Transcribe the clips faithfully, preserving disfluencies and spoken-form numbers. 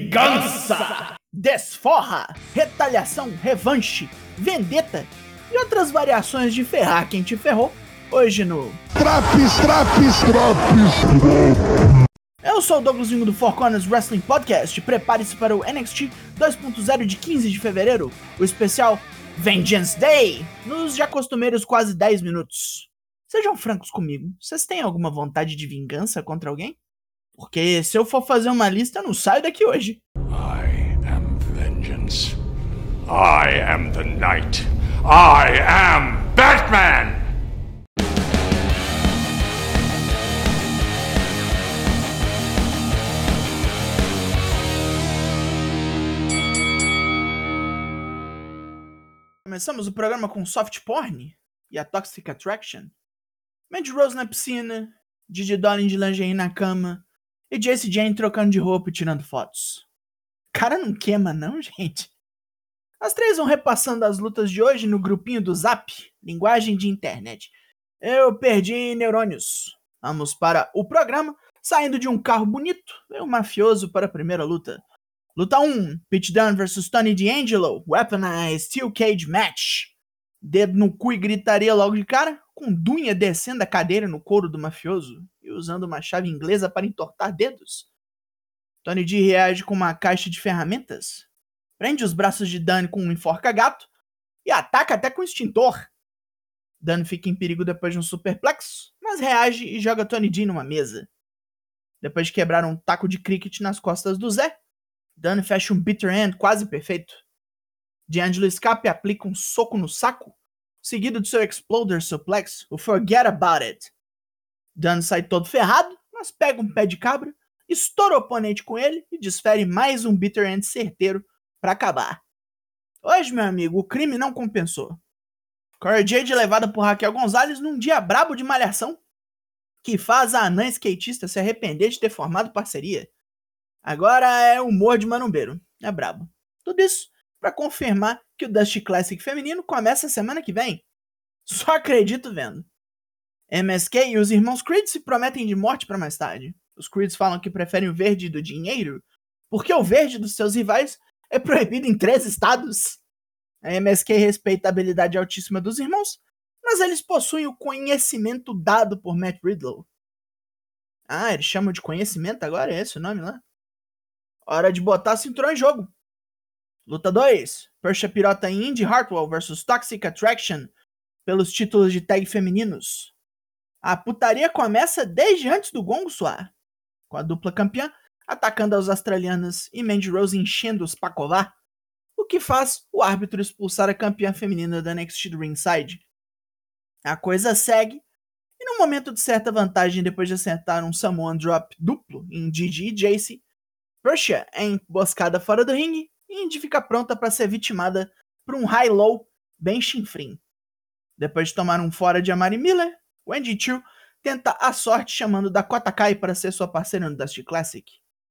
Vingança, desforra, retaliação, revanche, vendetta e outras variações de ferrar quem te ferrou, hoje no Traps, Traps, Traps. Eu sou o Douglasinho do Four Corners Wrestling Podcast. Prepare-se para o N X T dois ponto zero de quinze de fevereiro, o especial Vengeance Day, nos já costumeiros quase dez minutos. Sejam francos comigo, vocês têm alguma vontade de vingança contra alguém? Porque se eu for fazer uma lista, eu não saio daqui hoje. I am vengeance. I am the night. I am Batman! Começamos o programa com soft porn e a Toxic Attraction, Mandy Rose na piscina, Gigi Dolin de lingerie na cama e Jacy Jane trocando de roupa e tirando fotos. Cara não queima não, gente? As três vão repassando as lutas de hoje no grupinho do Zap, linguagem de internet. Eu perdi neurônios. Vamos para o programa, saindo de um carro bonito, veio um mafioso para a primeira luta. Luta um, Pete Dunne versus Tony D'Angelo, Weaponized Steel Cage Match. Dedo no cu e gritaria logo de cara, com Dunha descendo a cadeira no couro do mafioso e usando uma chave inglesa para entortar dedos. Tony D reage com uma caixa de ferramentas, prende os braços de Dunne com um enforca-gato e ataca até com um extintor. Dunne fica em perigo depois de um superplexo, mas reage e joga Tony D numa mesa. Depois de quebrar um taco de cricket nas costas do Zé, Dunne fecha um bitter end quase perfeito. D'Angelo escapa e aplica um soco no saco, seguido de seu Exploder Suplex, o Forget About It. Dunne sai todo ferrado, mas pega um pé de cabra, estoura o oponente com ele e desfere mais um bitter end certeiro para acabar. Hoje, meu amigo, o crime não compensou. Corey Jade é levada por Raquel Gonzalez num dia brabo de malhação, que faz a anã skatista se arrepender de ter formado parceria. Agora é humor de manumbeiro, é brabo. Tudo isso para confirmar que o Dusty Classic feminino começa semana que vem. Só acredito vendo. M S K e os irmãos Creed se prometem de morte para mais tarde. Os Creeds falam que preferem o verde do dinheiro, porque o verde dos seus rivais é proibido em três estados. A M S K respeita a habilidade altíssima dos irmãos, mas eles possuem o conhecimento dado por Matt Riddle. Ah, eles chamam de conhecimento agora? É esse o nome lá? Hora de botar cinturão em jogo. Luta dois. Persia Pirota e Indy Hartwell versus Toxic Attraction pelos títulos de tag femininos. A putaria começa desde antes do gongo soar, com a dupla campeã atacando as australianas e Mandy Rose enchendo-os pra covar, o que faz o árbitro expulsar a campeã feminina da N X T do ringside. A coisa segue, e num momento de certa vantagem depois de acertar um Samoan Drop duplo em Gigi e Jacy, Persia é emboscada fora do ringue e Indy fica pronta para ser vitimada por um high-low bem chinfrim. Depois de tomar um fora de Amari Miller, Wendy Chu tenta a sorte chamando Dakota Kai para ser sua parceira no Dusty Classic.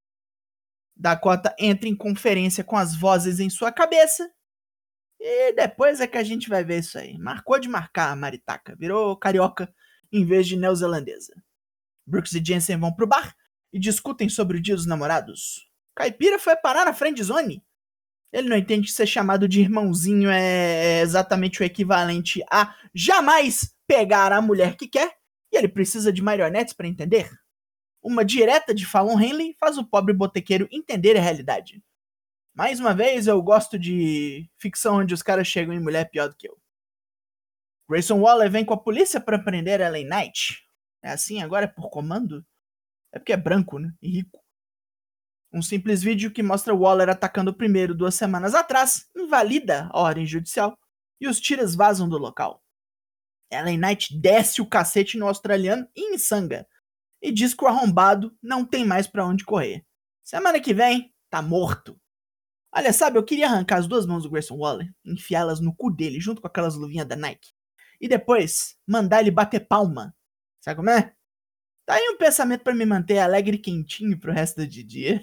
Dakota entra em conferência com as vozes em sua cabeça e depois é que a gente vai ver isso aí. Marcou de marcar a Maritaka, virou carioca em vez de neozelandesa. Brooks e Jensen vão pro bar e discutem sobre o dia dos namorados. Caipira foi parar na friendzone. Ele não entende que ser chamado de irmãozinho é exatamente o equivalente a jamais pegar a mulher que quer, e ele precisa de marionetes para entender. Uma direta de Fallon Henley faz o pobre botequeiro entender a realidade. Mais uma vez, eu gosto de ficção onde os caras chegam em mulher pior do que eu. Grayson Waller vem com a polícia para prender L A Knight. É assim agora? É por comando? É porque é branco, né? E rico. Um simples vídeo que mostra Waller atacando o primeiro duas semanas atrás invalida a ordem judicial e os tiras vazam do local. L A Knight desce o cacete no australiano e ensanga e diz que o arrombado não tem mais pra onde correr. Semana que vem, tá morto. Olha, sabe, eu queria arrancar as duas mãos do Grayson Waller, enfiá-las no cu dele junto com aquelas luvinhas da Nike e depois mandar ele bater palma. Sabe como é? Tá aí um pensamento pra me manter alegre e quentinho pro resto do dia.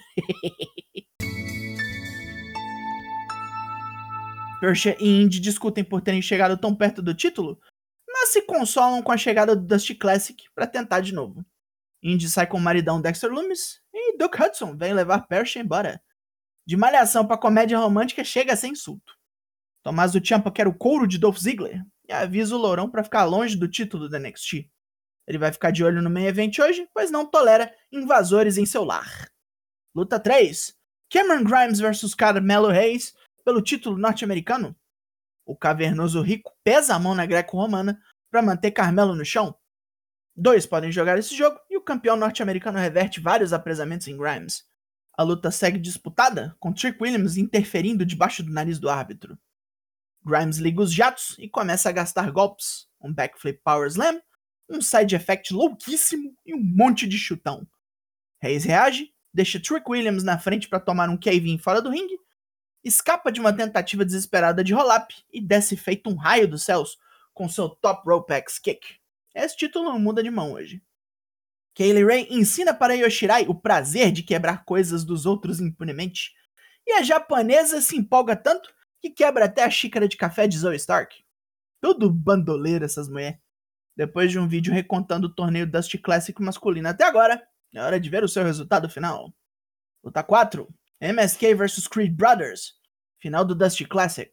Persia e Indy discutem por terem chegado tão perto do título, mas se consolam com a chegada do Dusty Classic pra tentar de novo. Indy sai com o maridão Dexter Lumis e Duke Hudson vem levar Persia embora. De malhação pra comédia romântica chega a ser insulto. Tommaso Ciampa quer o couro de Dolph Ziggler e avisa o Lourão pra ficar longe do título da N X T. Ele vai ficar de olho no main event hoje, pois não tolera invasores em seu lar. Luta três. Cameron Grimes versus Carmelo Hayes pelo título norte-americano. O cavernoso rico pesa a mão na greco-romana para manter Carmelo no chão. Dois podem jogar esse jogo e o campeão norte-americano reverte vários apresamentos em Grimes. A luta segue disputada, com Trick Williams interferindo debaixo do nariz do árbitro. Grimes liga os jatos e começa a gastar golpes, um backflip power slam, um side effect louquíssimo e um monte de chutão. Hayes reage, deixa Trick Williams na frente para tomar um cave-in fora do ringue, escapa de uma tentativa desesperada de roll-up e desce feito um raio dos céus com seu top rope X kick. Esse título não muda de mão hoje. Kaylee Ray ensina para Yoshirai o prazer de quebrar coisas dos outros impunemente, e a japonesa se empolga tanto que quebra até a xícara de café de Zoe Stark. Tudo bandoleiro essas mulheres. Depois de um vídeo recontando o torneio Dusty Classic masculino até agora, é hora de ver o seu resultado final. Luta quatro. M S K versus Creed Brothers. Final do Dusty Classic.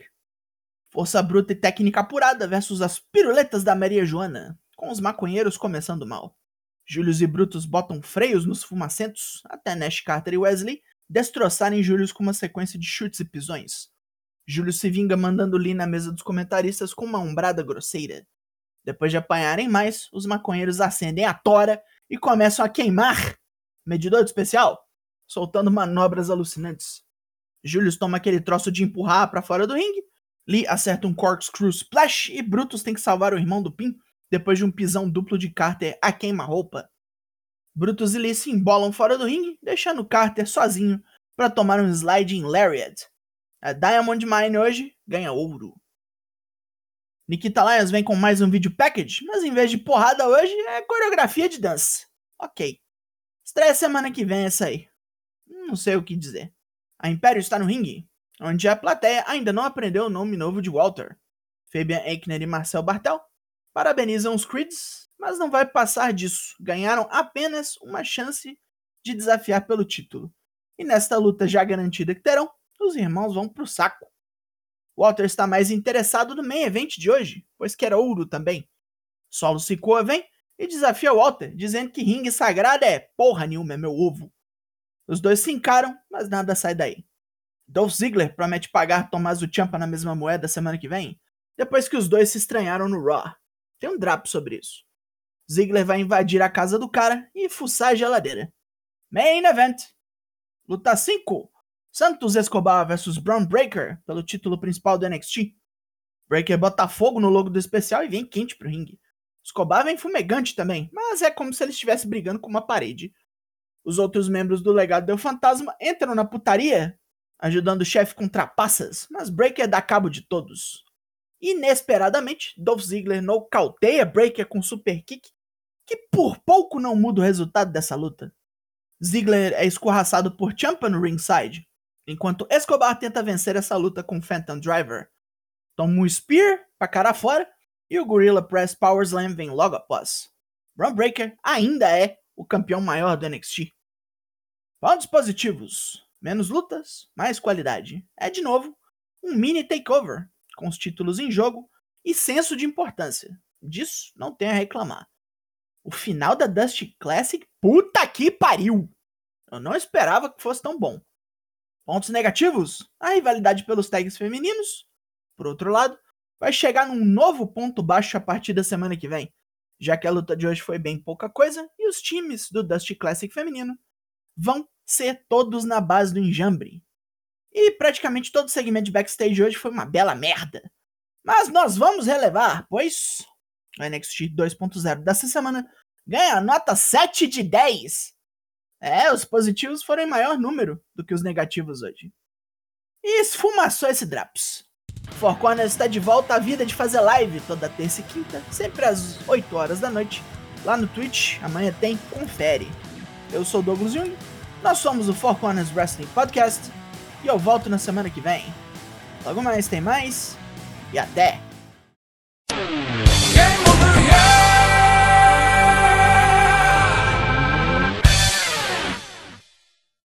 Força bruta e técnica apurada versus as piruletas da Maria Joana, com os maconheiros começando mal. Julius e Brutus botam freios nos fumacentos, até Nash Carter e Wesley destroçarem Julius com uma sequência de chutes e pisões. Julius se vinga mandando Lee na mesa dos comentaristas com uma ombrada grosseira. Depois de apanharem mais, os maconheiros acendem a tora e começam a queimar. Medidor de especial, soltando manobras alucinantes. Julius toma aquele troço de empurrar pra fora do ringue, Lee acerta um corkscrew splash e Brutus tem que salvar o irmão do Pin depois de um pisão duplo de Carter a queima-roupa. Brutus e Lee se embolam fora do ringue, deixando Carter sozinho para tomar um sliding lariat. A Diamond Mine hoje ganha ouro. Nikita Lyons vem com mais um vídeo package, mas em vez de porrada hoje é coreografia de dança. Ok. Estreia semana que vem essa aí. Não sei o que dizer. A Império está no ringue, onde a plateia ainda não aprendeu o nome novo de Walter. Fabian Aichner e Marcel Bartel parabenizam os Creeds, mas não vai passar disso. Ganharam apenas uma chance de desafiar pelo título. E nesta luta já garantida que terão, os irmãos vão pro saco. Walter está mais interessado no main event de hoje, pois quer ouro também. Solo Sikoa vem e desafia Walter, dizendo que ringue sagrado é porra nenhuma, é meu ovo. Os dois se encaram, mas nada sai daí. Dolph Ziggler promete pagar Tommaso Ciampa na mesma moeda semana que vem, depois que os dois se estranharam no Raw. Tem um drapo sobre isso. Ziggler vai invadir a casa do cara e fuçar a geladeira. Main Event. Luta cinco. Santos Escobar versus Bron Breakker pelo título principal do N X T. Breakker bota fogo no logo do especial e vem quente pro ringue. Escobar vem fumegante também, mas é como se ele estivesse brigando com uma parede. Os outros membros do Legado del Fantasma entram na putaria, ajudando o chefe com trapaças, mas Breakker dá cabo de todos. Inesperadamente, Dolph Ziggler nocauteia Breakker com super kick, que por pouco não muda o resultado dessa luta. Ziggler é escorraçado por Ciampa no ringside, enquanto Escobar tenta vencer essa luta com Phantom Driver. Toma um Spear pra cara fora e o Gorilla Press Power Slam vem logo após. Bron Breakker ainda é o campeão maior do N X T. Pontos positivos. Menos lutas, mais qualidade. É de novo um mini takeover, com os títulos em jogo e senso de importância. Disso não tem a reclamar. O final da Dusty Classic, puta que pariu! Eu não esperava que fosse tão bom. Pontos negativos? A rivalidade pelos tags femininos. Por outro lado, vai chegar num novo ponto baixo a partir da semana que vem, já que a luta de hoje foi bem pouca coisa e os times do Dusty Classic feminino vão ser todos na base do enjambre. E praticamente todo o segmento de backstage hoje foi uma bela merda. Mas nós vamos relevar, pois o N X T dois ponto zero dessa semana ganha nota sete de dez. É, os positivos foram em maior número do que os negativos hoje. E esfumaçou esse Draps. Four Corners está de volta à vida de fazer live toda terça e quinta, sempre às oito horas da noite, lá no Twitch. Amanhã tem Confere. Eu sou o Douglas Jung, nós somos o Four Corners Wrestling Podcast, e eu volto na semana que vem. Logo mais tem mais, e até!